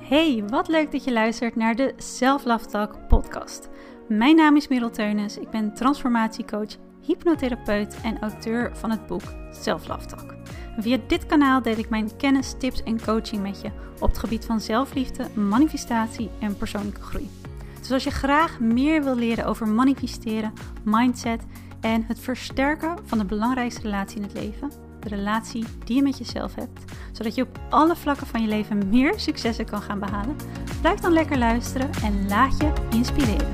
Hey, wat leuk dat je luistert naar de Self Love Talk podcast. Mijn naam is Merel Teunis, ik ben transformatiecoach, hypnotherapeut en auteur van het boek Self Love Talk. En via dit kanaal deel ik mijn kennis, tips en coaching met je op het gebied van zelfliefde, manifestatie en persoonlijke groei. Dus als je graag meer wil leren over manifesteren, mindset en het versterken van de belangrijkste relatie in het leven, de relatie die je met jezelf hebt, zodat je op alle vlakken van je leven meer successen kan gaan behalen, blijf dan lekker luisteren en laat je inspireren.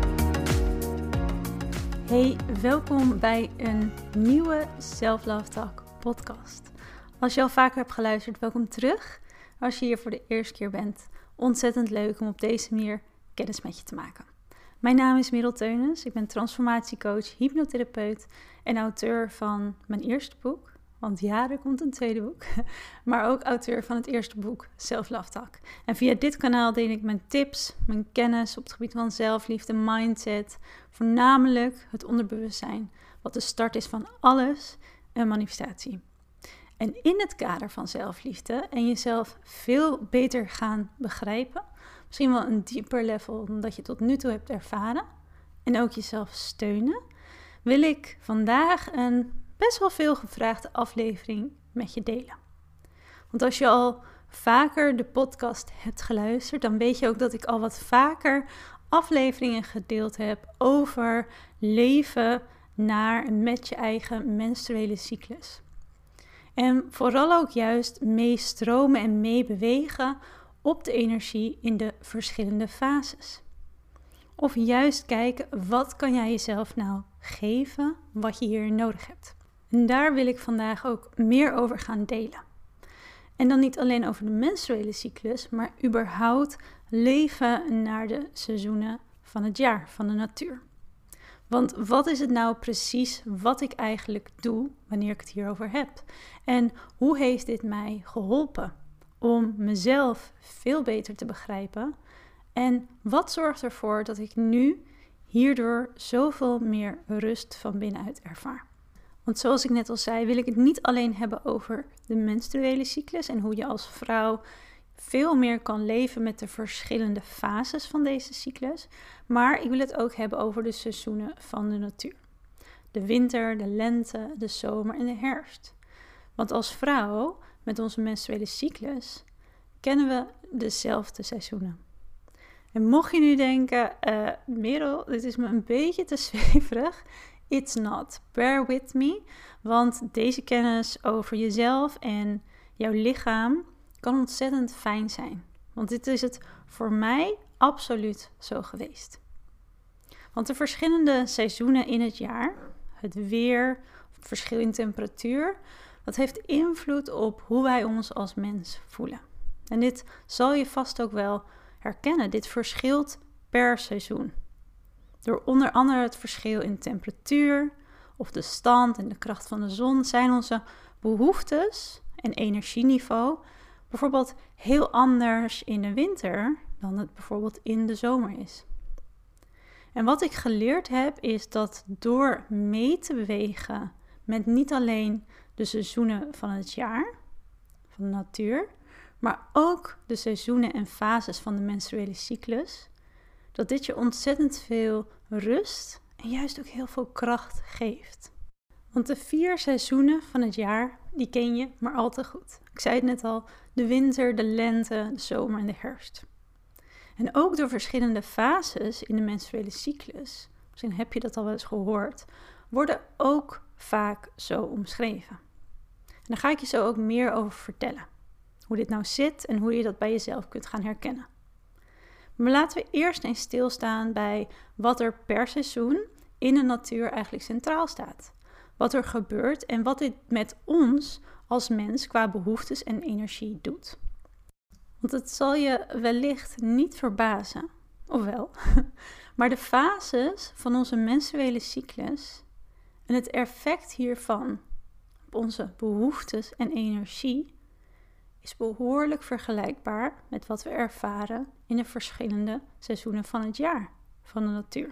Hey, welkom bij een nieuwe Self Love Talk podcast. Als je al vaker hebt geluisterd, welkom terug. Als je hier voor de eerste keer bent, ontzettend leuk om op deze manier kennis met je te maken. Mijn naam is Merel Teunis, ik ben transformatiecoach, hypnotherapeut en auteur van mijn eerste boek. Want ja, er komt een tweede boek. Maar ook auteur van het eerste boek, Self Love Talk. En via dit kanaal deel ik mijn tips, mijn kennis op het gebied van zelfliefde, mindset. Voornamelijk het onderbewustzijn, wat de start is van alles en manifestatie. En in het kader van zelfliefde en jezelf veel beter gaan begrijpen, misschien wel een dieper level dan dat je tot nu toe hebt ervaren, en ook jezelf steunen, wil ik vandaag een best wel veel gevraagde aflevering met je delen. Want als je al vaker de podcast hebt geluisterd, dan weet je ook dat ik al wat vaker afleveringen gedeeld heb over leven naar en met je eigen menstruele cyclus. En vooral ook juist meestromen en meebewegen op de energie in de verschillende fases. Of juist kijken, wat kan jij jezelf nou geven wat je hierin nodig hebt. En daar wil ik vandaag ook meer over gaan delen. En dan niet alleen over de menstruele cyclus, maar überhaupt leven naar de seizoenen van het jaar, van de natuur. Want wat is het nou precies wat ik eigenlijk doe wanneer ik het hierover heb? En hoe heeft dit mij geholpen om mezelf veel beter te begrijpen? En wat zorgt ervoor dat ik nu hierdoor zoveel meer rust van binnenuit ervaar? Want zoals ik net al zei, wil ik het niet alleen hebben over de menstruele cyclus en hoe je als vrouw veel meer kan leven met de verschillende fases van deze cyclus. Maar ik wil het ook hebben over de seizoenen van de natuur. De winter, de lente, de zomer en de herfst. Want als vrouw met onze menstruele cyclus kennen we dezelfde seizoenen. En mocht je nu denken, Merel, dit is me een beetje te zweverig. It's not. Bear with me. Want deze kennis over jezelf en jouw lichaam kan ontzettend fijn zijn. Want dit is het voor mij absoluut zo geweest. Want de verschillende seizoenen in het jaar, het weer, het verschil in temperatuur, dat heeft invloed op hoe wij ons als mens voelen. En dit zal je vast ook wel herkennen. Dit verschilt per seizoen. Door onder andere het verschil in temperatuur of de stand en de kracht van de zon zijn onze behoeftes en energieniveau bijvoorbeeld heel anders in de winter dan het bijvoorbeeld in de zomer is. En wat ik geleerd heb is dat door mee te bewegen met niet alleen de seizoenen van het jaar, van de natuur, maar ook de seizoenen en fases van de menstruele cyclus, dat dit je ontzettend veel rust en juist ook heel veel kracht geeft. Want de 4 seizoenen van het jaar, die ken je maar al te goed. Ik zei het net al, de winter, de lente, de zomer en de herfst. En ook door verschillende fases in de menstruele cyclus, misschien heb je dat al wel eens gehoord, worden ook vaak zo omschreven. En daar ga ik je zo ook meer over vertellen. Hoe dit nou zit en hoe je dat bij jezelf kunt gaan herkennen. Maar laten we eerst eens stilstaan bij wat er per seizoen in de natuur eigenlijk centraal staat. Wat er gebeurt en wat dit met ons als mens qua behoeftes en energie doet. Want het zal je wellicht niet verbazen, of wel, maar de fases van onze menstruele cyclus en het effect hiervan op onze behoeftes en energie is behoorlijk vergelijkbaar met wat we ervaren in de verschillende seizoenen van het jaar, van de natuur.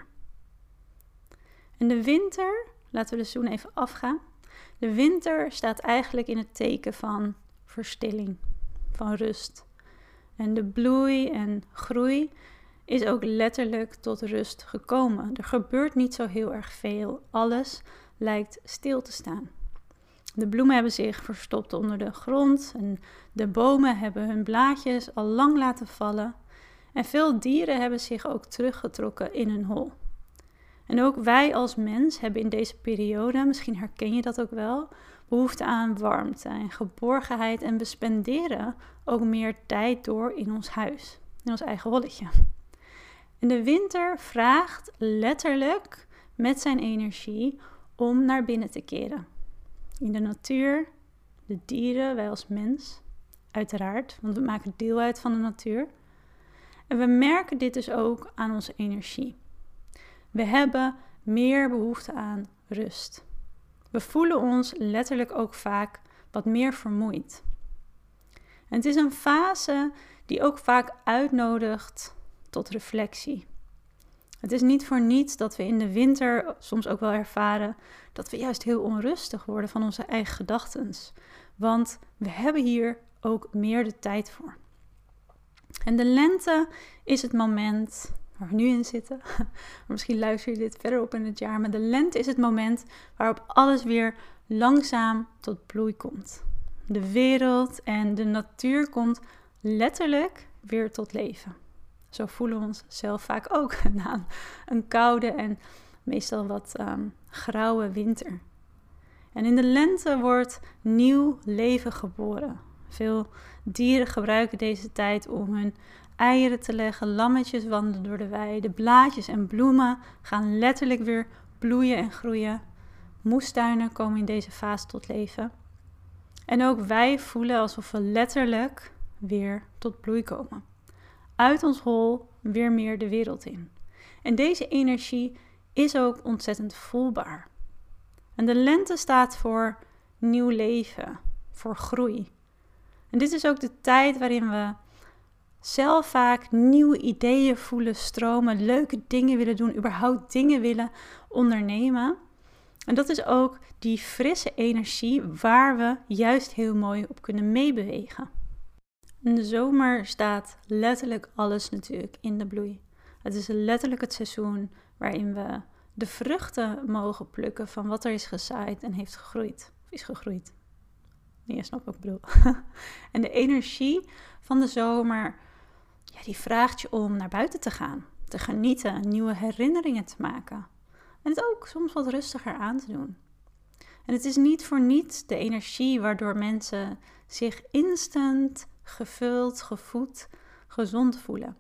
En de winter, laten we de seizoen even afgaan. De winter staat eigenlijk in het teken van verstilling, van rust En de bloei en groei is ook letterlijk tot rust gekomen. Er gebeurt niet zo heel erg veel. Alles lijkt stil te staan. De bloemen hebben zich verstopt onder de grond en de bomen hebben hun blaadjes al lang laten vallen. En veel dieren hebben zich ook teruggetrokken in hun hol. En ook wij als mens hebben in deze periode, misschien herken je dat ook wel, behoefte aan warmte en geborgenheid. En we spenderen ook meer tijd door in ons huis, in ons eigen holletje. En de winter vraagt letterlijk met zijn energie om naar binnen te keren. In de natuur, de dieren, wij als mens, uiteraard, want we maken deel uit van de natuur. En we merken dit dus ook aan onze energie. We hebben meer behoefte aan rust. We voelen ons letterlijk ook vaak wat meer vermoeid. En het is een fase die ook vaak uitnodigt tot reflectie. Het is niet voor niets dat we in de winter soms ook wel ervaren dat we juist heel onrustig worden van onze eigen gedachten. Want we hebben hier ook meer de tijd voor. En de lente is het moment waar we nu in zitten. Misschien luister je dit verder op in het jaar. Maar de lente is het moment waarop alles weer langzaam tot bloei komt. De wereld en de natuur komt letterlijk weer tot leven. Zo voelen we ons zelf vaak ook na een koude en meestal wat grauwe winter. En in de lente wordt nieuw leven geboren. Veel dieren gebruiken deze tijd om hun eieren te leggen. Lammetjes wandelen door de wei. De blaadjes en bloemen gaan letterlijk weer bloeien en groeien. Moestuinen komen in deze fase tot leven. En ook wij voelen alsof we letterlijk weer tot bloei komen. Uit ons hol weer meer de wereld in. En deze energie is ook ontzettend voelbaar. En de lente staat voor nieuw leven, voor groei. En dit is ook de tijd waarin we zelf vaak nieuwe ideeën voelen stromen, leuke dingen willen doen, überhaupt dingen willen ondernemen. En dat is ook die frisse energie waar we juist heel mooi op kunnen meebewegen. In de zomer staat letterlijk alles natuurlijk in de bloei. Het is letterlijk het seizoen waarin we de vruchten mogen plukken van wat er is gezaaid en heeft gegroeid. Of is gegroeid. Nee, je snapt wat ik bedoel. En de energie van de zomer, ja, die vraagt je om naar buiten te gaan. Te genieten, nieuwe herinneringen te maken. En het ook soms wat rustiger aan te doen. En het is niet voor niets de energie waardoor mensen zich instant gevuld, gevoed, gezond voelen.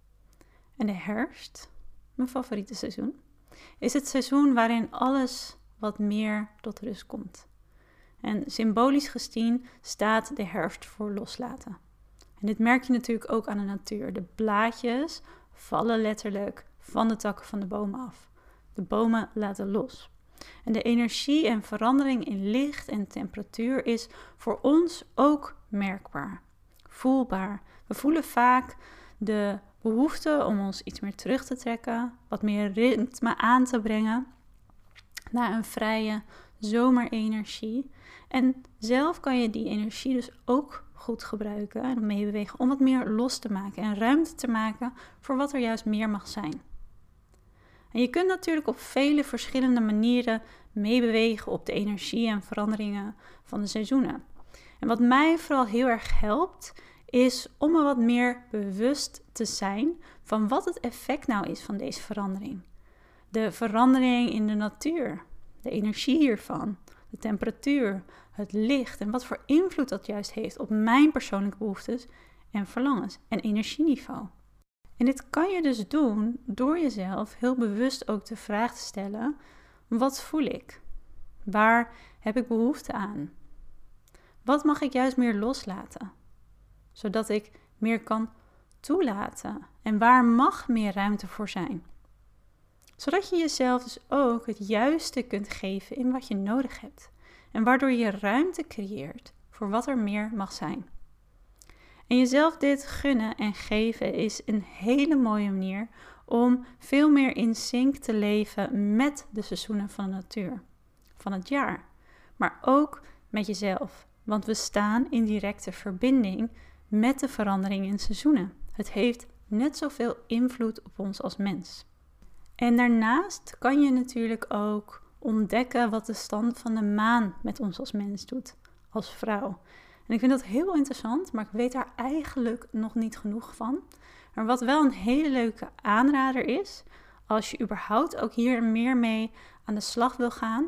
En de herfst, mijn favoriete seizoen, is het seizoen waarin alles wat meer tot rust komt. En symbolisch gezien staat de herfst voor loslaten. En dit merk je natuurlijk ook aan de natuur. De blaadjes vallen letterlijk van de takken van de bomen af. De bomen laten los. En de energie en verandering in licht en temperatuur is voor ons ook merkbaar, voelbaar. We voelen vaak de behoefte om ons iets meer terug te trekken, wat meer ritme aan te brengen naar een vrije zomerenergie. En zelf kan je die energie dus ook goed gebruiken en meebewegen om wat meer los te maken en ruimte te maken voor wat er juist meer mag zijn. En je kunt natuurlijk op vele verschillende manieren meebewegen op de energie en veranderingen van de seizoenen. En wat mij vooral heel erg helpt, is om me wat meer bewust te zijn van wat het effect nou is van deze verandering. De verandering in de natuur, de energie hiervan, de temperatuur, het licht en wat voor invloed dat juist heeft op mijn persoonlijke behoeftes en verlangens en energieniveau. En dit kan je dus doen door jezelf heel bewust ook de vraag te stellen: wat voel ik? Waar heb ik behoefte aan? Wat mag ik juist meer loslaten? Zodat ik meer kan toelaten. En waar mag meer ruimte voor zijn? Zodat je jezelf dus ook het juiste kunt geven in wat je nodig hebt. En waardoor je ruimte creëert voor wat er meer mag zijn. En jezelf dit gunnen en geven is een hele mooie manier om veel meer in sync te leven met de seizoenen van de natuur, van het jaar. Maar ook met jezelf, want we staan in directe verbinding met de verandering in seizoenen. Het heeft net zoveel invloed op ons als mens. En daarnaast kan je natuurlijk ook ontdekken wat de stand van de maan met ons als mens doet, als vrouw. En ik vind dat heel interessant, maar ik weet daar eigenlijk nog niet genoeg van. Maar wat wel een hele leuke aanrader is, als je überhaupt ook hier meer mee aan de slag wil gaan,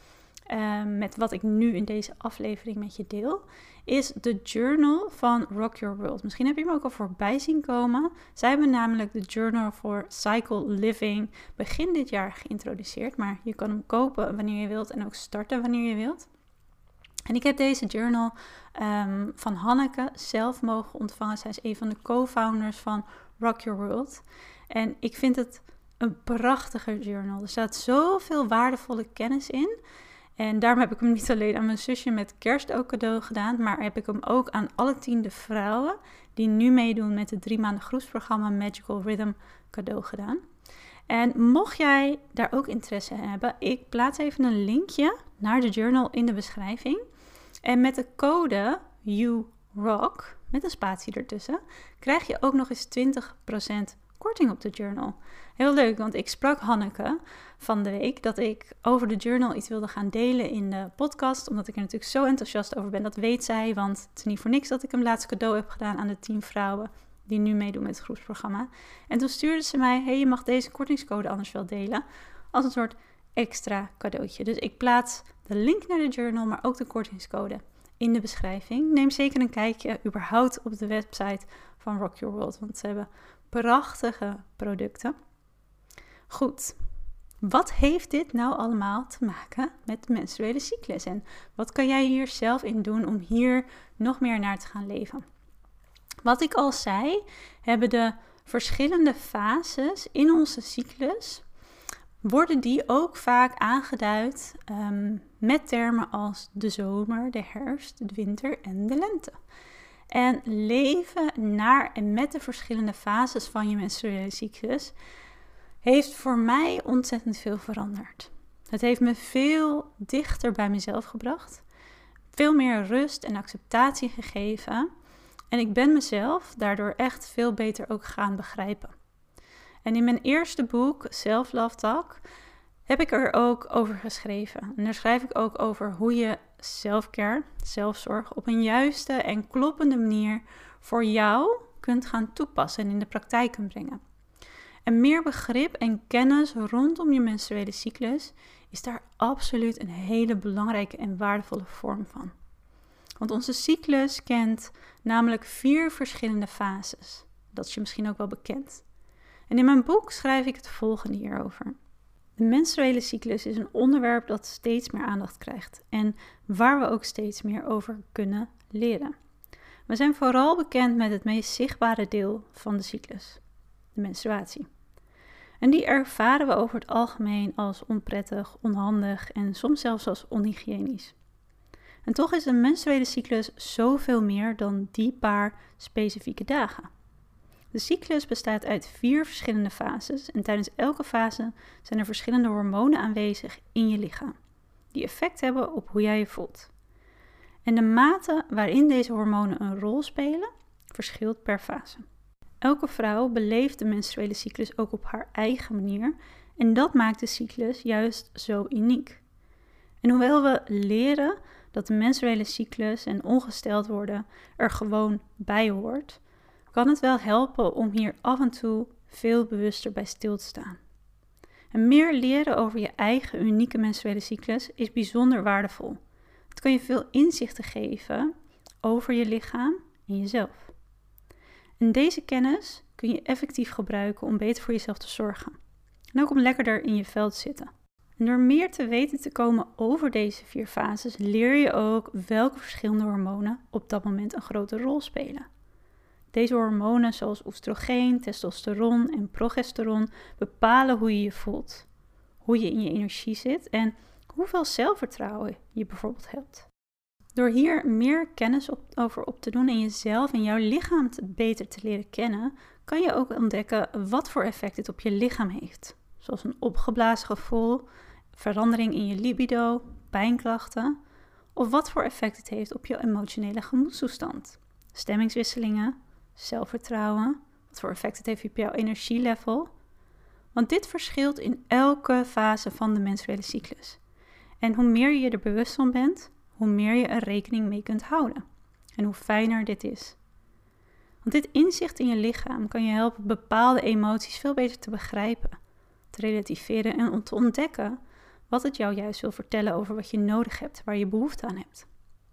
met wat ik nu in deze aflevering met je deel, is de journal van Rock Your World. Misschien heb je hem ook al voorbij zien komen. Zij hebben namelijk de Journal for Cycle Living begin dit jaar geïntroduceerd, maar je kan hem kopen wanneer je wilt en ook starten wanneer je wilt. En ik heb deze journal van Hanneke zelf mogen ontvangen. Zij is een van de co-founders van Rock Your World. En ik vind het een prachtige journal. Er staat zoveel waardevolle kennis in. En daarom heb ik hem niet alleen aan mijn zusje met kerst ook cadeau gedaan, maar heb ik hem ook aan alle 10 vrouwen die nu meedoen met het 3 maanden groepsprogramma Magical Rhythm cadeau gedaan. En mocht jij daar ook interesse in hebben, ik plaats even een linkje naar de journal in de beschrijving. En met de code YOUROCK, met een spatie ertussen, krijg je ook nog eens 20% korting op de journal. Heel leuk, want ik sprak Hanneke van de week dat ik over de journal iets wilde gaan delen in de podcast, omdat ik er natuurlijk zo enthousiast over ben. Dat weet zij, want het is niet voor niks dat ik hem laatst cadeau heb gedaan aan de 10 vrouwen die nu meedoen met het groepsprogramma. En toen stuurde ze mij, hey, je mag deze kortingscode anders wel delen, als een soort extra cadeautje. Dus ik plaats de link naar de journal, maar ook de kortingscode in de beschrijving. Neem zeker een kijkje überhaupt op de website van Rock Your World, want ze hebben prachtige producten. Goed, wat heeft dit nou allemaal te maken met de menstruele cyclus? En wat kan jij hier zelf in doen om hier nog meer naar te gaan leven? Wat ik al zei, hebben de verschillende fases in onze cyclus, worden die ook vaak aangeduid met termen als de zomer, de herfst, de winter en de lente. En leven naar en met de verschillende fases van je menstruele cyclus heeft voor mij ontzettend veel veranderd. Het heeft me veel dichter bij mezelf gebracht, veel meer rust en acceptatie gegeven en ik ben mezelf daardoor echt veel beter ook gaan begrijpen. En in mijn eerste boek, Self-Love Talk, heb ik er ook over geschreven. En daar schrijf ik ook over hoe je selfcare, zelfzorg, op een juiste en kloppende manier voor jou kunt gaan toepassen en in de praktijk kunt brengen. En meer begrip en kennis rondom je menstruele cyclus is daar absoluut een hele belangrijke en waardevolle vorm van. Want onze cyclus kent namelijk 4 verschillende fases. Dat is je misschien ook wel bekend. En in mijn boek schrijf ik het volgende hierover. De menstruele cyclus is een onderwerp dat steeds meer aandacht krijgt en waar we ook steeds meer over kunnen leren. We zijn vooral bekend met het meest zichtbare deel van de cyclus, de menstruatie. En die ervaren we over het algemeen als onprettig, onhandig en soms zelfs als onhygiënisch. En toch is een menstruele cyclus zoveel meer dan die paar specifieke dagen. De cyclus bestaat uit 4 verschillende fases en tijdens elke fase zijn er verschillende hormonen aanwezig in je lichaam, die effect hebben op hoe jij je voelt. En de mate waarin deze hormonen een rol spelen, verschilt per fase. Elke vrouw beleeft de menstruele cyclus ook op haar eigen manier en dat maakt de cyclus juist zo uniek. En hoewel we leren dat de menstruele cyclus en ongesteld worden er gewoon bij hoort, kan het wel helpen om hier af en toe veel bewuster bij stil te staan. En meer leren over je eigen unieke menstruele cyclus is bijzonder waardevol. Het kan je veel inzichten geven over je lichaam en jezelf. En deze kennis kun je effectief gebruiken om beter voor jezelf te zorgen. En ook om lekkerder in je vel te zitten. En door meer te weten te komen over deze 4 fases, leer je ook welke verschillende hormonen op dat moment een grote rol spelen. Deze hormonen zoals oestrogeen, testosteron en progesteron bepalen hoe je je voelt, hoe je in je energie zit en hoeveel zelfvertrouwen je bijvoorbeeld hebt. Door hier meer kennis over op te doen en jezelf en jouw lichaam beter te leren kennen, kan je ook ontdekken wat voor effect dit op je lichaam heeft. Zoals een opgeblazen gevoel, verandering in je libido, pijnklachten of wat voor effect het heeft op je emotionele gemoedstoestand. stemmingswisselingen, zelfvertrouwen, wat voor effect het heeft op jouw energielevel. Want dit verschilt in elke fase van de menstruele cyclus. En hoe meer je er bewust van bent, hoe meer je er rekening mee kunt houden. En hoe fijner dit is. Want dit inzicht in je lichaam kan je helpen bepaalde emoties veel beter te begrijpen, te relativeren en te ontdekken wat het jou juist wil vertellen over wat je nodig hebt, waar je behoefte aan hebt.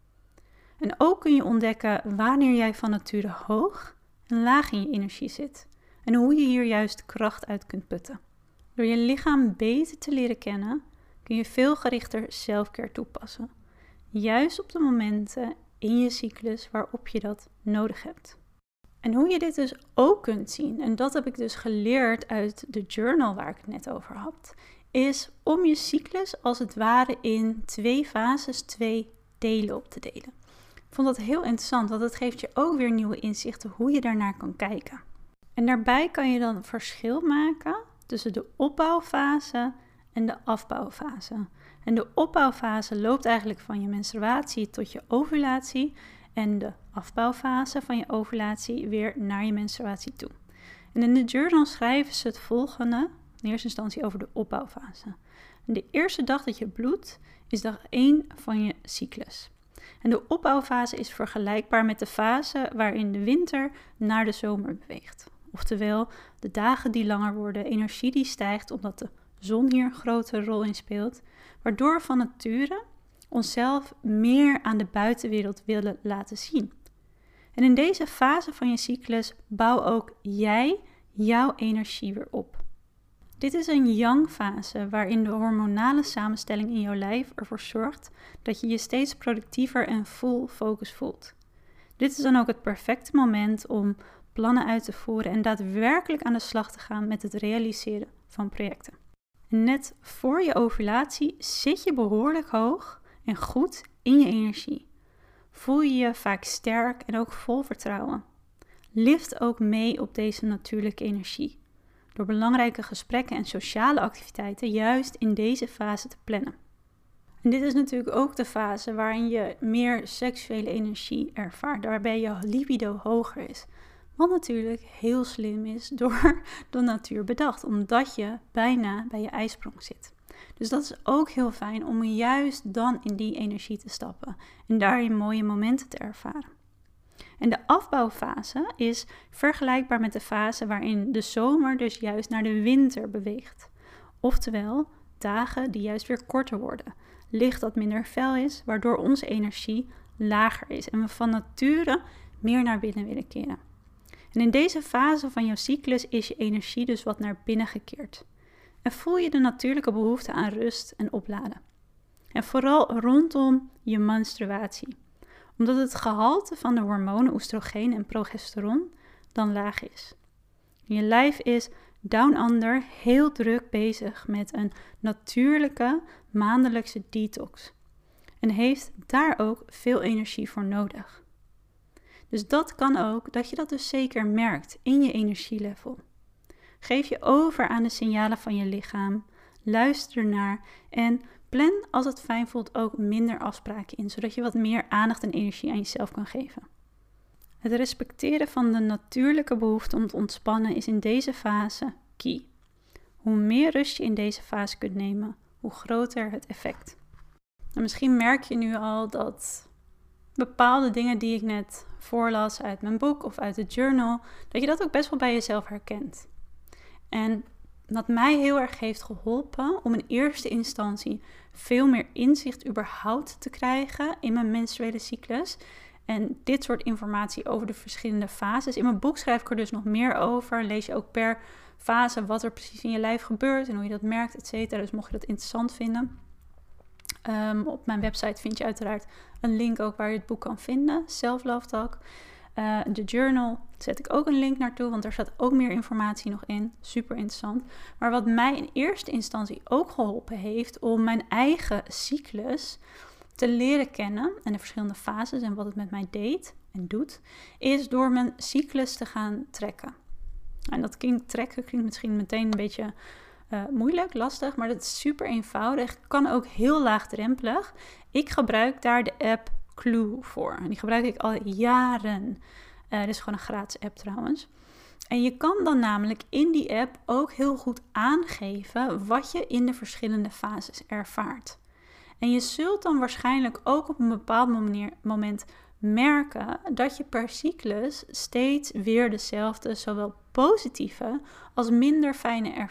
En ook kun je ontdekken wanneer jij van nature hoog en laag in je energie zit en hoe je hier juist kracht uit kunt putten. Door je lichaam beter te leren kennen, kun je veel gerichter selfcare toepassen. Juist op de momenten in je cyclus waarop je dat nodig hebt. En hoe je dit dus ook kunt zien, en dat heb ik dus geleerd uit de journal waar ik het net over had, is om je cyclus als het ware in 2 fases, 2 delen op te delen. Ik vond dat heel interessant, want het geeft je ook weer nieuwe inzichten hoe je daarnaar kan kijken. En daarbij kan je dan verschil maken tussen de opbouwfase en de afbouwfase. En de opbouwfase loopt eigenlijk van je menstruatie tot je ovulatie en de afbouwfase van je ovulatie weer naar je menstruatie toe. En in de journal schrijven ze het volgende, in eerste instantie over de opbouwfase. En de eerste dag dat je bloedt is dag 1 van je cyclus. En de opbouwfase is vergelijkbaar met de fase waarin de winter naar de zomer beweegt. Oftewel, de dagen die langer worden, energie die stijgt omdat de zon hier een grotere rol in speelt, waardoor van nature onszelf meer aan de buitenwereld willen laten zien. En in deze fase van je cyclus bouw ook jij jouw energie weer op. Dit is een yang-fase waarin de hormonale samenstelling in jouw lijf ervoor zorgt dat je je steeds productiever en full focus voelt. Dit is dan ook het perfecte moment om plannen uit te voeren en daadwerkelijk aan de slag te gaan met het realiseren van projecten. En net voor je ovulatie zit je behoorlijk hoog en goed in je energie. Voel je je vaak sterk en ook vol vertrouwen. Lift ook mee op deze natuurlijke energie, door belangrijke gesprekken en sociale activiteiten juist in deze fase te plannen. En dit is natuurlijk ook de fase waarin je meer seksuele energie ervaart, waarbij je libido hoger is. Wat natuurlijk heel slim is door de natuur bedacht, omdat je bijna bij je ijsprong zit. Dus dat is ook heel fijn om juist dan in die energie te stappen en daarin mooie momenten te ervaren. En de afbouwfase is vergelijkbaar met de fase waarin de zomer dus juist naar de winter beweegt. Oftewel, dagen die juist weer korter worden, licht dat minder fel is, waardoor onze energie lager is en we van nature meer naar binnen willen keren. En in deze fase van jouw cyclus is je energie dus wat naar binnen gekeerd. En voel je de natuurlijke behoefte aan rust en opladen. En vooral rondom je menstruatie. Omdat het gehalte van de hormonen oestrogeen en progesteron dan laag is. Je lijf is down under heel druk bezig met een natuurlijke maandelijkse detox. En heeft daar ook veel energie voor nodig. Dus dat kan ook dat je dat dus zeker merkt in je energielevel. Geef je over aan de signalen van je lichaam, luister ernaar en plan als het fijn voelt ook minder afspraken in, zodat je wat meer aandacht en energie aan jezelf kan geven. Het respecteren van de natuurlijke behoefte om te ontspannen is in deze fase key. Hoe meer rust je in deze fase kunt nemen, hoe groter het effect. En misschien merk je nu al dat bepaalde dingen die ik net voorlas uit mijn boek of uit de journal, dat je dat ook best wel bij jezelf herkent. En wat mij heel erg heeft geholpen om in eerste instantie veel meer inzicht überhaupt te krijgen in mijn menstruele cyclus. En dit soort informatie over de verschillende fases. In mijn boek schrijf ik er dus nog meer over. Lees je ook per fase wat er precies in je lijf gebeurt en hoe je dat merkt, et cetera. Dus mocht je dat interessant vinden. Op mijn website vind je uiteraard een link ook waar je het boek kan vinden. Self Love Talk. De journal zet ik ook een link naartoe, want daar staat ook meer informatie nog in. Super interessant. Maar wat mij in eerste instantie ook geholpen heeft om mijn eigen cyclus te leren kennen en de verschillende fases en wat het met mij deed en doet, is door mijn cyclus te gaan trekken. En dat trekken klinkt misschien meteen een beetje moeilijk, lastig, maar dat is super eenvoudig. Kan ook heel laagdrempelig. Ik gebruik daar de app Clue voor. En die gebruik ik al jaren. Dit is gewoon een gratis app trouwens. En je kan dan namelijk in die app ook heel goed aangeven wat je in de verschillende fases ervaart. En je zult dan waarschijnlijk ook op een bepaald moment merken dat je per cyclus steeds weer dezelfde, zowel positieve als minder fijne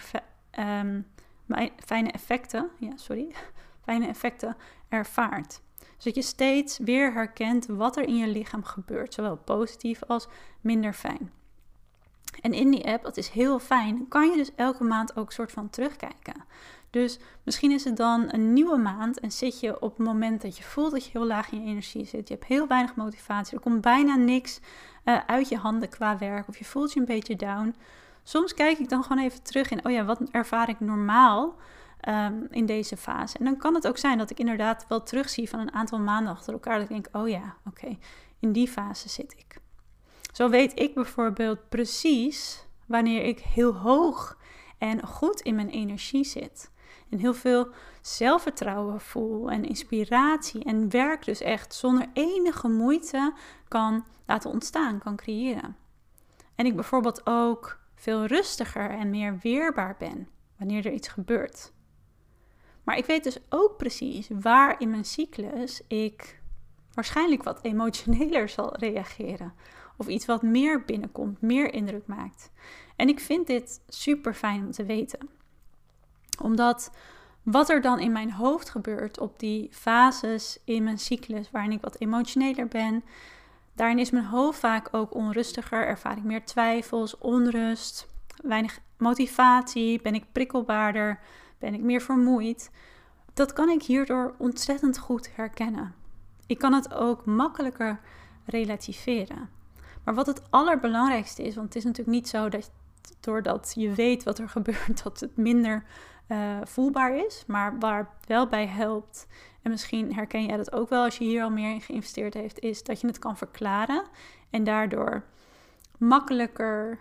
effecten ervaart. Dus dat je steeds weer herkent wat er in je lichaam gebeurt, zowel positief als minder fijn. En in die app, dat is heel fijn, kan je dus elke maand ook soort van terugkijken. Dus misschien is het dan een nieuwe maand en zit je op het moment dat je voelt dat je heel laag in je energie zit. Je hebt heel weinig motivatie, er komt bijna niks uit je handen qua werk of je voelt je een beetje down. Soms kijk ik dan gewoon even terug in, wat ervaar ik normaal in deze fase. En dan kan het ook zijn dat ik inderdaad wel terugzie van een aantal maanden achter elkaar. Dat ik denk, oké, in die fase zit ik. Zo weet ik bijvoorbeeld precies wanneer ik heel hoog en goed in mijn energie zit. En heel veel zelfvertrouwen voel en inspiratie. En werk dus echt zonder enige moeite kan laten ontstaan, kan creëren. En ik bijvoorbeeld ook veel rustiger en meer weerbaar ben wanneer er iets gebeurt. Maar ik weet dus ook precies waar in mijn cyclus ik waarschijnlijk wat emotioneler zal reageren. Of iets wat meer binnenkomt, meer indruk maakt. En ik vind dit super fijn om te weten. Omdat wat er dan in mijn hoofd gebeurt op die fases in mijn cyclus waarin ik wat emotioneler ben, daarin is mijn hoofd vaak ook onrustiger, ervaar ik meer twijfels, onrust, weinig motivatie, ben ik prikkelbaarder, ben ik meer vermoeid. Dat kan ik hierdoor ontzettend goed herkennen. Ik kan het ook makkelijker relativeren. Maar wat het allerbelangrijkste is, want het is natuurlijk niet zo dat doordat je weet wat er gebeurt, dat het minder voelbaar is. Maar waar het wel bij helpt, en misschien herken jij dat ook wel als je hier al meer in geïnvesteerd heeft, is dat je het kan verklaren. En daardoor makkelijker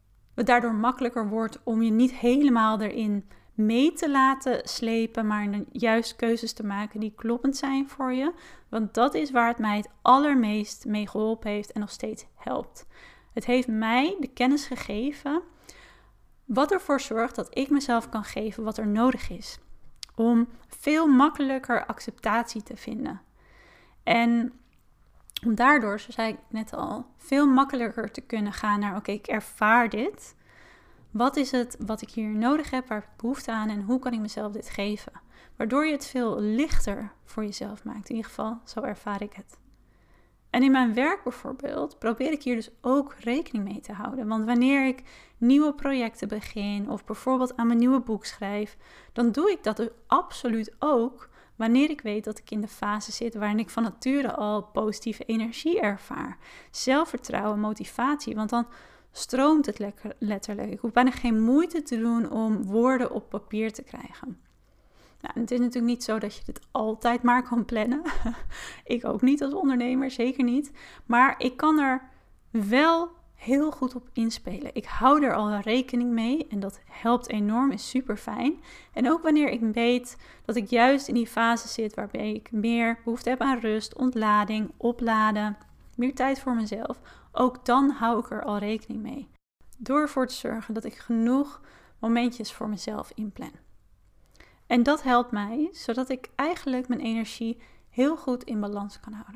wordt om je niet helemaal erin mee te laten slepen, maar juist keuzes te maken die kloppend zijn voor je. Want dat is waar het mij het allermeest mee geholpen heeft en nog steeds helpt. Het heeft mij de kennis gegeven wat ervoor zorgt dat ik mezelf kan geven wat er nodig is. Om veel makkelijker acceptatie te vinden. En om daardoor, zoals zei ik net al, veel makkelijker te kunnen gaan naar ik ervaar dit. Wat is het wat ik hier nodig heb, waar heb ik behoefte aan en hoe kan ik mezelf dit geven? Waardoor je het veel lichter voor jezelf maakt. In ieder geval, zo ervaar ik het. En in mijn werk bijvoorbeeld probeer ik hier dus ook rekening mee te houden. Want wanneer ik nieuwe projecten begin of bijvoorbeeld aan mijn nieuwe boek schrijf, dan doe ik dat dus absoluut ook wanneer ik weet dat ik in de fase zit waarin ik van nature al positieve energie ervaar. Zelfvertrouwen, motivatie, want dan stroomt het letterlijk. Ik hoef bijna geen moeite te doen om woorden op papier te krijgen. Nou, het is natuurlijk niet zo dat je dit altijd maar kan plannen. Ik ook niet als ondernemer, zeker niet. Maar ik kan er wel heel goed op inspelen. Ik hou er al rekening mee en dat helpt enorm, is super fijn. En ook wanneer ik weet dat ik juist in die fase zit waarbij ik meer behoefte heb aan rust, ontlading, opladen, meer tijd voor mezelf. Ook dan hou ik er al rekening mee. Door ervoor te zorgen dat ik genoeg momentjes voor mezelf inplan. En dat helpt mij, zodat ik eigenlijk mijn energie heel goed in balans kan houden.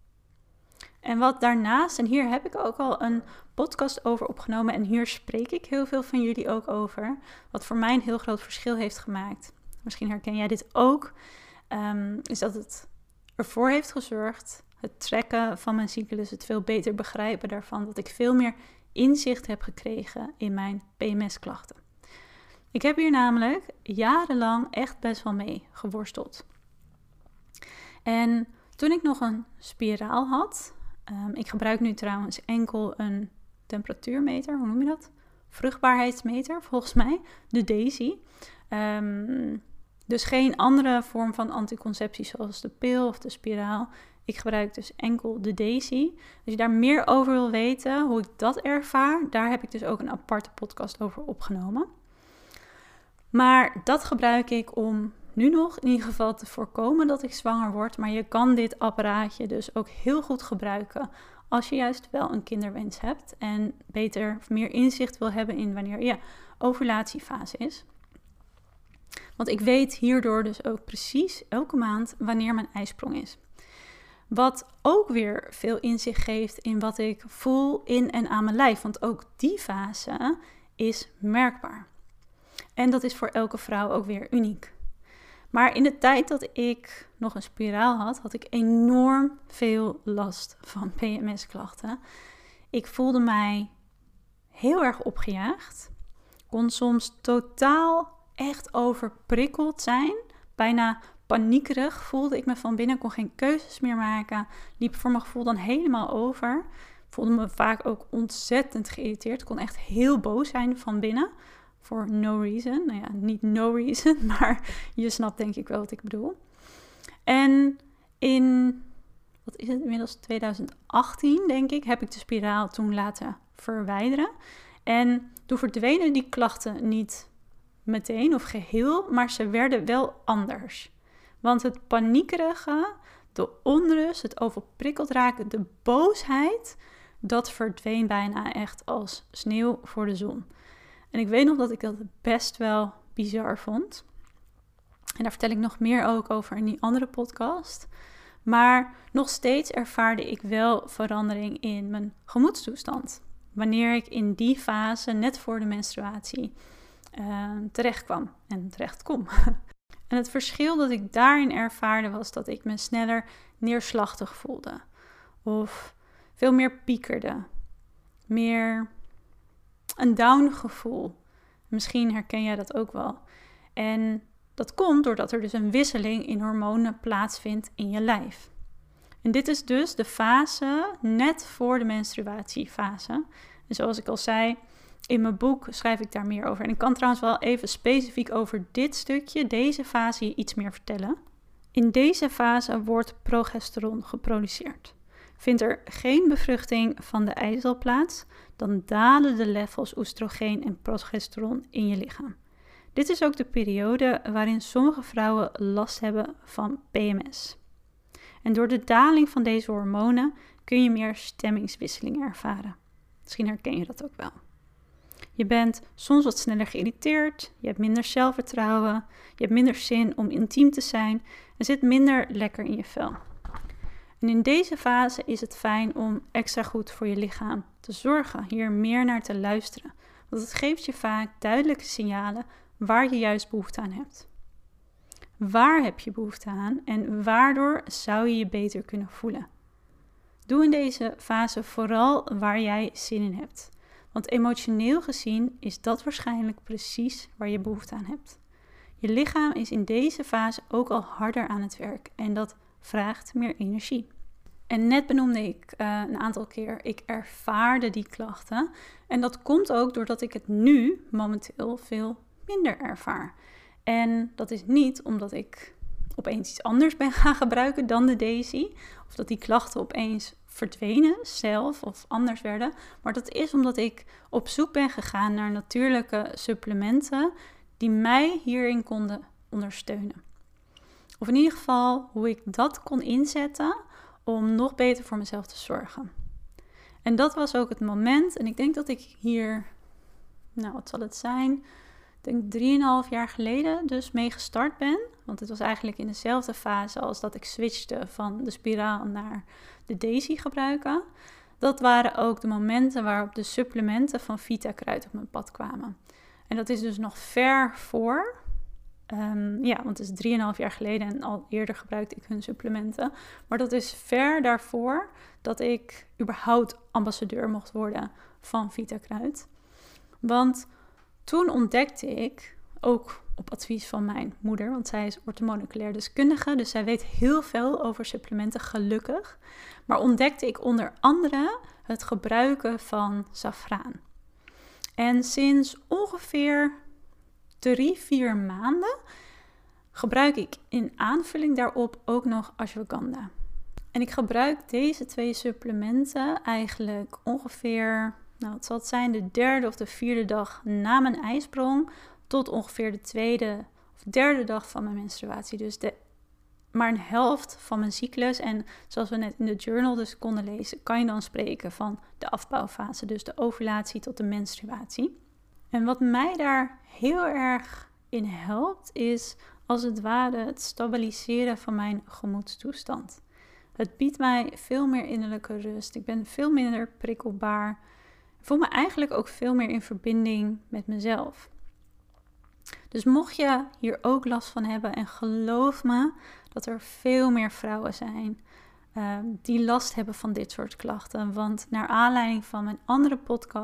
En wat daarnaast, en hier heb ik ook al een podcast over opgenomen en hier spreek ik heel veel van jullie ook over, wat voor mij een heel groot verschil heeft gemaakt. Misschien herken jij dit ook, is dat het ervoor heeft gezorgd, het trekken van mijn cyclus, het veel beter begrijpen daarvan, dat ik veel meer inzicht heb gekregen in mijn PMS-klachten. Ik heb hier namelijk jarenlang echt best wel mee geworsteld. En toen ik nog een spiraal had, ik gebruik nu trouwens enkel een temperatuurmeter, hoe noem je dat? Vruchtbaarheidsmeter, volgens mij, de Daisy. Dus geen andere vorm van anticonceptie zoals de pil of de spiraal. Ik gebruik dus enkel de Daisy. Als je daar meer over wil weten, hoe ik dat ervaar, daar heb ik dus ook een aparte podcast over opgenomen. Maar dat gebruik ik om nu nog in ieder geval te voorkomen dat ik zwanger word. Maar je kan dit apparaatje dus ook heel goed gebruiken als je juist wel een kinderwens hebt. En beter of meer inzicht wil hebben in wanneer je ovulatiefase is. Want ik weet hierdoor dus ook precies elke maand wanneer mijn ijsprong is. Wat ook weer veel inzicht geeft in wat ik voel in en aan mijn lijf. Want ook die fase is merkbaar. En dat is voor elke vrouw ook weer uniek. Maar in de tijd dat ik nog een spiraal had, had ik enorm veel last van PMS-klachten. Ik voelde mij heel erg opgejaagd. Kon soms totaal echt overprikkeld zijn. Bijna paniekerig voelde ik me van binnen. Kon geen keuzes meer maken. Liep voor mijn gevoel dan helemaal over. Voelde me vaak ook ontzettend geïrriteerd. Kon echt heel boos zijn van binnen. For no reason. Nou ja, niet no reason, maar je snapt denk ik wel wat ik bedoel. En in, wat is het inmiddels, 2018 denk ik, heb ik de spiraal toen laten verwijderen. En toen verdwenen die klachten niet meteen of geheel, maar ze werden wel anders. Want het paniekerige, de onrust, het overprikkeld raken, de boosheid, dat verdween bijna echt als sneeuw voor de zon. En ik weet nog dat ik dat best wel bizar vond. En daar vertel ik nog meer ook over in die andere podcast. Maar nog steeds ervaarde ik wel verandering in mijn gemoedstoestand. Wanneer ik in die fase, net voor de menstruatie, terecht kwam en terecht kom. En het verschil dat ik daarin ervaarde was dat ik me sneller neerslachtig voelde. Of veel meer piekerde. Meer een down gevoel. Misschien herken jij dat ook wel. En dat komt doordat er dus een wisseling in hormonen plaatsvindt in je lijf. En dit is dus de fase net voor de menstruatiefase. En zoals ik al zei, in mijn boek schrijf ik daar meer over. En ik kan trouwens wel even specifiek over dit stukje, deze fase, iets meer vertellen. In deze fase wordt progesteron geproduceerd. Vindt er geen bevruchting van de eicel plaats, dan dalen de levels oestrogeen en progesteron in je lichaam. Dit is ook de periode waarin sommige vrouwen last hebben van PMS. En door de daling van deze hormonen kun je meer stemmingswisselingen ervaren. Misschien herken je dat ook wel. Je bent soms wat sneller geïrriteerd, je hebt minder zelfvertrouwen, je hebt minder zin om intiem te zijn en zit minder lekker in je vel. En in deze fase is het fijn om extra goed voor je lichaam te zorgen, hier meer naar te luisteren. Want het geeft je vaak duidelijke signalen waar je juist behoefte aan hebt. Waar heb je behoefte aan en waardoor zou je je beter kunnen voelen? Doe in deze fase vooral waar jij zin in hebt. Want emotioneel gezien is dat waarschijnlijk precies waar je behoefte aan hebt. Je lichaam is in deze fase ook al harder aan het werk en dat vraagt meer energie. En net benoemde ik een aantal keer, ik ervaarde die klachten. En dat komt ook doordat ik het nu momenteel veel minder ervaar. En dat is niet omdat ik opeens iets anders ben gaan gebruiken dan de Daisy. Of dat die klachten opeens verdwenen zelf of anders werden. Maar dat is omdat ik op zoek ben gegaan naar natuurlijke supplementen die mij hierin konden ondersteunen. Of in ieder geval hoe ik dat kon inzetten om nog beter voor mezelf te zorgen. En dat was ook het moment. En ik denk dat ik hier, wat zal het zijn? Ik denk 3,5 jaar geleden dus mee gestart ben. Want het was eigenlijk in dezelfde fase als dat ik switchte van de spiraal naar de Daisy gebruiken. Dat waren ook de momenten waarop de supplementen van Vitakruid op mijn pad kwamen. En dat is dus nog ver voor. Want het is 3,5 jaar geleden en al eerder gebruikte ik hun supplementen. Maar dat is ver daarvoor dat ik überhaupt ambassadeur mocht worden van Vitakruid. Want toen ontdekte ik, ook op advies van mijn moeder, want zij is orthomoleculair deskundige, dus zij weet heel veel over supplementen, gelukkig. Maar ontdekte ik onder andere het gebruiken van safraan. En sinds ongeveer 3-4 maanden gebruik ik in aanvulling daarop ook nog ashwagandha. En ik gebruik deze 2 supplementen eigenlijk ongeveer, het zal het zijn, de 3e of de 4e dag na mijn ijsprong tot ongeveer de 2e of derde dag van mijn menstruatie. Dus maar een helft van mijn cyclus. En zoals we net in de journal dus konden lezen, kan je dan spreken van de afbouwfase. Dus de ovulatie tot de menstruatie. En wat mij daar heel erg in helpt, is als het ware het stabiliseren van mijn gemoedstoestand. Het biedt mij veel meer innerlijke rust. Ik ben veel minder prikkelbaar. Ik voel me eigenlijk ook veel meer in verbinding met mezelf. Dus mocht je hier ook last van hebben, en geloof me dat er veel meer vrouwen zijn die last hebben van dit soort klachten. Want naar aanleiding van mijn andere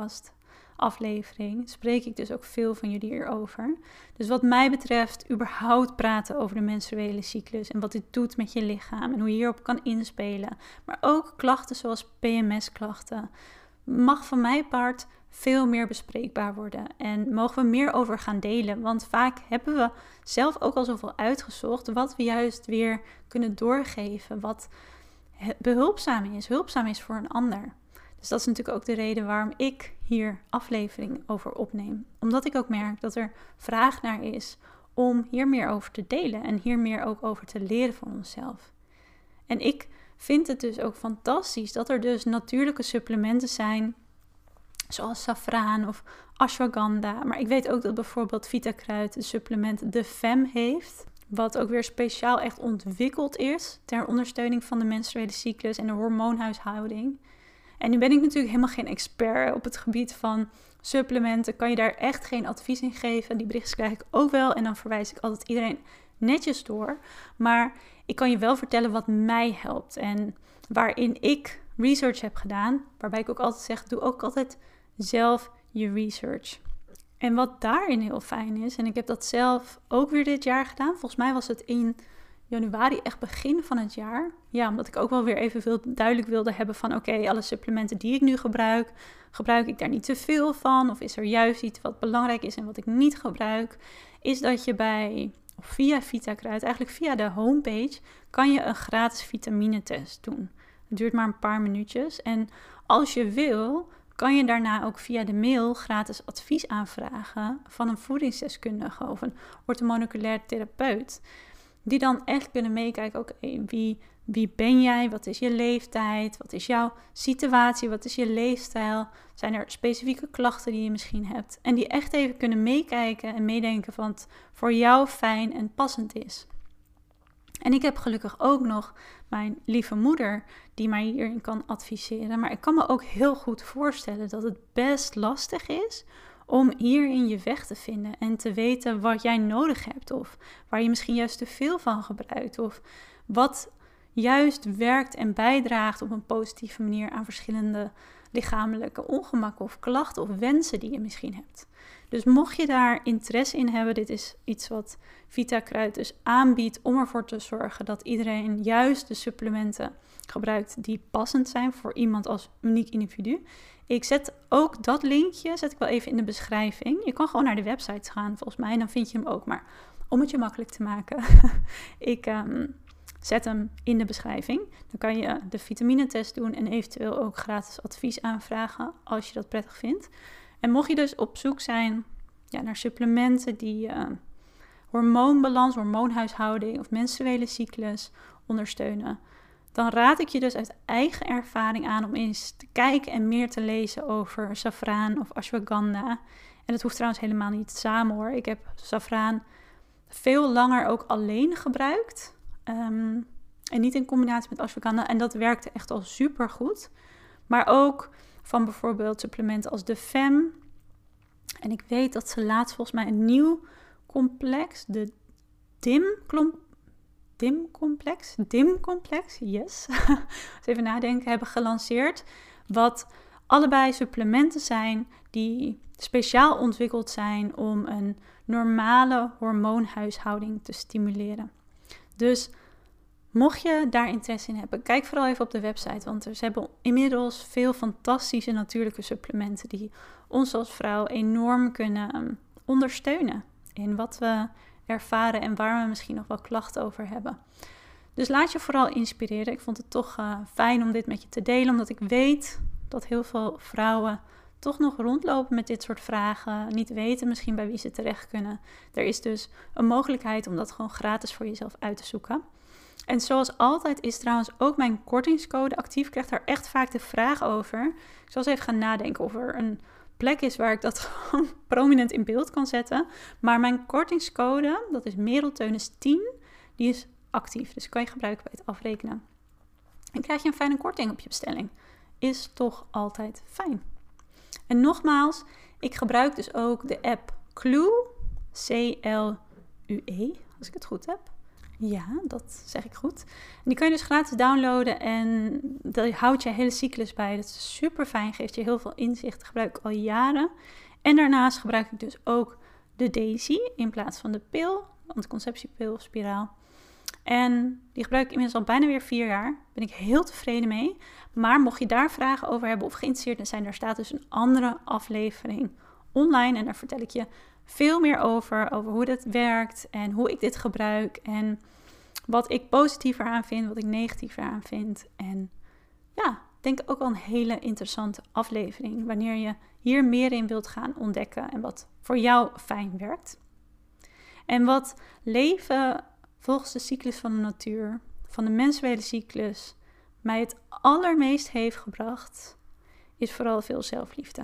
podcastaflevering spreek ik dus ook veel van jullie hierover. Dus wat mij betreft, überhaupt praten over de menstruele cyclus en wat dit doet met je lichaam en hoe je hierop kan inspelen. Maar ook klachten zoals PMS-klachten mag van mijn part veel meer bespreekbaar worden. En mogen we meer over gaan delen. Want vaak hebben we zelf ook al zoveel uitgezocht wat we juist weer kunnen doorgeven. Wat behulpzaam is voor een ander. Dus dat is natuurlijk ook de reden waarom ik hier aflevering over opneem. Omdat ik ook merk dat er vraag naar is om hier meer over te delen. En hier meer ook over te leren van onszelf. En ik vind het dus ook fantastisch dat er dus natuurlijke supplementen zijn, zoals saffraan of ashwagandha. Maar ik weet ook dat bijvoorbeeld Vitakruid het supplement de Fem heeft, wat ook weer speciaal echt ontwikkeld is ter ondersteuning van de menstruele cyclus en de hormoonhuishouding. En nu ben ik natuurlijk helemaal geen expert op het gebied van supplementen. Kan je daar echt geen advies in geven. Die berichten krijg ik ook wel en dan verwijs ik altijd iedereen netjes door. Maar ik kan je wel vertellen wat mij helpt en waarin ik research heb gedaan. Waarbij ik ook altijd zeg, doe ook altijd zelf je research. En wat daarin heel fijn is, en ik heb dat zelf ook weer dit jaar gedaan. Volgens mij was het in januari, echt begin van het jaar. Ja, omdat ik ook wel weer even duidelijk wilde hebben van oké, alle supplementen die ik nu gebruik ik daar niet te veel van? Of is er juist iets wat belangrijk is en wat ik niet gebruik? Is dat je via Vitakruid, eigenlijk via de homepage, kan je een gratis vitaminetest doen. Het duurt maar een paar minuutjes. En als je wil, kan je daarna ook via de mail gratis advies aanvragen van een voedingsdeskundige of een orthomoleculair therapeut. Die dan echt kunnen meekijken, oké, wie ben jij? Wat is je leeftijd? Wat is jouw situatie? Wat is je leefstijl? Zijn er specifieke klachten die je misschien hebt? En die echt even kunnen meekijken en meedenken van wat voor jou fijn en passend is. En ik heb gelukkig ook nog mijn lieve moeder die mij hierin kan adviseren. Maar ik kan me ook heel goed voorstellen dat het best lastig is om hierin je weg te vinden en te weten wat jij nodig hebt. Of waar je misschien juist te veel van gebruikt. Of wat juist werkt en bijdraagt op een positieve manier aan verschillende lichamelijke ongemakken of klachten of wensen die je misschien hebt. Dus mocht je daar interesse in hebben, dit is iets wat Vitakruid dus aanbiedt om ervoor te zorgen dat iedereen juist de supplementen gebruikt die passend zijn voor iemand als uniek individu. Ik zet ook dat linkje, zet ik wel even in de beschrijving. Je kan gewoon naar de website gaan volgens mij en dan vind je hem ook. Maar om het je makkelijk te maken, ik zet hem in de beschrijving. Dan kan je de vitaminetest doen en eventueel ook gratis advies aanvragen als je dat prettig vindt. En mocht je dus op zoek zijn naar supplementen die hormoonbalans, hormoonhuishouding of menstruele cyclus ondersteunen, dan raad ik je dus uit eigen ervaring aan om eens te kijken en meer te lezen over saffraan of ashwagandha. En dat hoeft trouwens helemaal niet samen hoor. Ik heb saffraan veel langer ook alleen gebruikt. En niet in combinatie met ashwagandha. En dat werkte echt al super goed. Maar ook van bijvoorbeeld supplementen als de Fem. En ik weet dat ze laatst volgens mij een nieuw complex, de DIM-complex, yes. Dus even nadenken, hebben gelanceerd. Wat allebei supplementen zijn die speciaal ontwikkeld zijn om een normale hormoonhuishouding te stimuleren. Dus mocht je daar interesse in hebben, kijk vooral even op de website. Want ze hebben inmiddels veel fantastische natuurlijke supplementen die ons als vrouw enorm kunnen ondersteunen in wat we ervaren en waar we misschien nog wel klachten over hebben. Dus laat je vooral inspireren. Ik vond het toch fijn om dit met je te delen, omdat ik weet dat heel veel vrouwen toch nog rondlopen met dit soort vragen, niet weten misschien bij wie ze terecht kunnen. Er is dus een mogelijkheid om dat gewoon gratis voor jezelf uit te zoeken. En zoals altijd is trouwens ook mijn kortingscode actief. Ik krijg daar echt vaak de vraag over. Ik zal eens even gaan nadenken of er een plek is waar ik dat gewoon prominent in beeld kan zetten. Maar mijn kortingscode, dat is Merelteunis10, die is actief. Dus kan je gebruiken bij het afrekenen. En krijg je een fijne korting op je bestelling. Is toch altijd fijn. En nogmaals, ik gebruik dus ook de app Clue, C-L-U-E, als ik het goed heb. Ja, dat zeg ik goed. En die kun je dus gratis downloaden en daar houdt je hele cyclus bij. Dat is super fijn, geeft je heel veel inzicht. Dat gebruik ik al jaren. En daarnaast gebruik ik dus ook de Daisy in plaats van de pil, anticonceptiepil of spiraal. En die gebruik ik inmiddels al bijna weer 4 jaar. Daar ben ik heel tevreden mee. Maar mocht je daar vragen over hebben of geïnteresseerd in zijn, daar staat dus een andere aflevering online. En daar vertel ik je veel meer over hoe dit werkt en hoe ik dit gebruik. En wat ik positief eraan vind, wat ik negatief eraan vind. En ja, ik denk ook wel een hele interessante aflevering. Wanneer je hier meer in wilt gaan ontdekken en wat voor jou fijn werkt. En wat leven volgens de cyclus van de natuur, van de menstruele cyclus, mij het allermeest heeft gebracht, is vooral veel zelfliefde.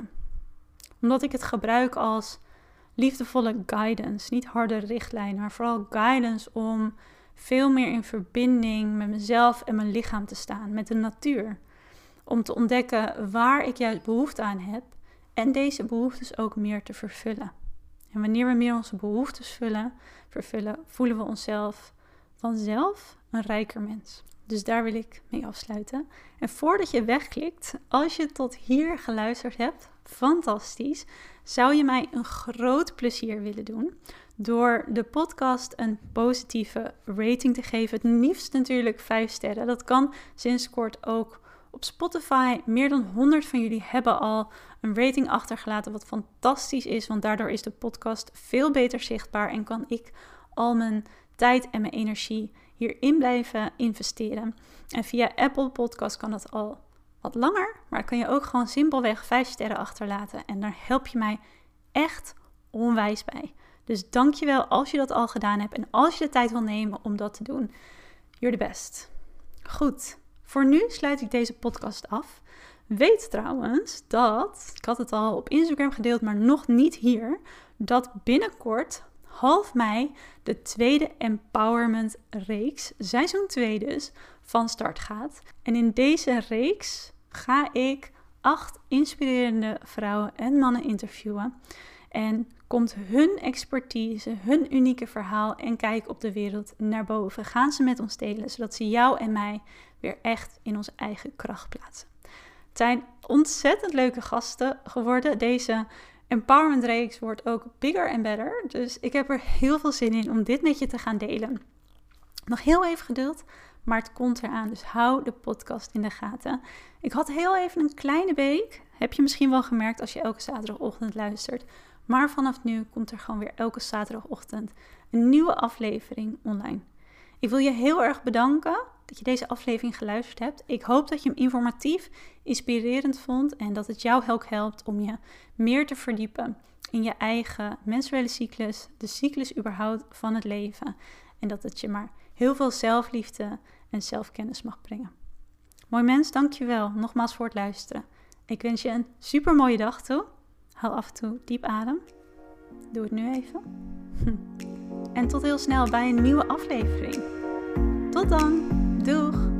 Omdat ik het gebruik als liefdevolle guidance, niet harde richtlijnen, maar vooral guidance om veel meer in verbinding met mezelf en mijn lichaam te staan, met de natuur. Om te ontdekken waar ik juist behoefte aan heb en deze behoeftes ook meer te vervullen. En wanneer we meer onze behoeftes vervullen, voelen we onszelf vanzelf een rijker mens. Dus daar wil ik mee afsluiten. En voordat je wegklikt, als je tot hier geluisterd hebt, fantastisch, zou je mij een groot plezier willen doen door de podcast een positieve rating te geven. Het liefst natuurlijk 5 sterren. Dat kan sinds kort ook op Spotify. Meer dan 100 van jullie hebben al een rating achtergelaten, wat fantastisch is, want daardoor is de podcast veel beter zichtbaar en kan ik al mijn tijd en mijn energie hierin blijven investeren. En via Apple Podcast kan dat al wat langer, maar kan je ook gewoon simpelweg 5 sterren achterlaten en daar help je mij echt onwijs bij. Dus dankjewel als je dat al gedaan hebt en als je de tijd wil nemen om dat te doen. You're the best. Goed, voor nu sluit ik deze podcast af. Weet trouwens dat, ik had het al op Instagram gedeeld, maar nog niet hier, dat binnenkort half mei de tweede Empowerment reeks, seizoen 2 dus, van start gaat. En in deze reeks ga ik 8 inspirerende vrouwen en mannen interviewen. En komt hun expertise, hun unieke verhaal en kijk op de wereld naar boven. Gaan ze met ons delen, zodat ze jou en mij weer echt in onze eigen kracht plaatsen. Het zijn ontzettend leuke gasten geworden. Deze Empowerment reeks wordt ook bigger and better. Dus ik heb er heel veel zin in om dit met je te gaan delen. Nog heel even geduld, maar het komt eraan. Dus hou de podcast in de gaten. Ik had heel even een kleine week. Heb je misschien wel gemerkt als je elke zaterdagochtend luistert. Maar vanaf nu komt er gewoon weer elke zaterdagochtend een nieuwe aflevering online. Ik wil je heel erg bedanken dat je deze aflevering geluisterd hebt. Ik hoop dat je hem informatief, inspirerend vond en dat het jou ook helpt om je meer te verdiepen in je eigen menstruele cyclus, de cyclus überhaupt van het leven. En dat het je maar heel veel zelfliefde en zelfkennis mag brengen. Mooi mens, dankjewel nogmaals voor het luisteren. Ik wens je een super mooie dag toe. Haal af en toe diep adem. Doe het nu even. En tot heel snel bij een nieuwe aflevering. Tot dan. Doeg!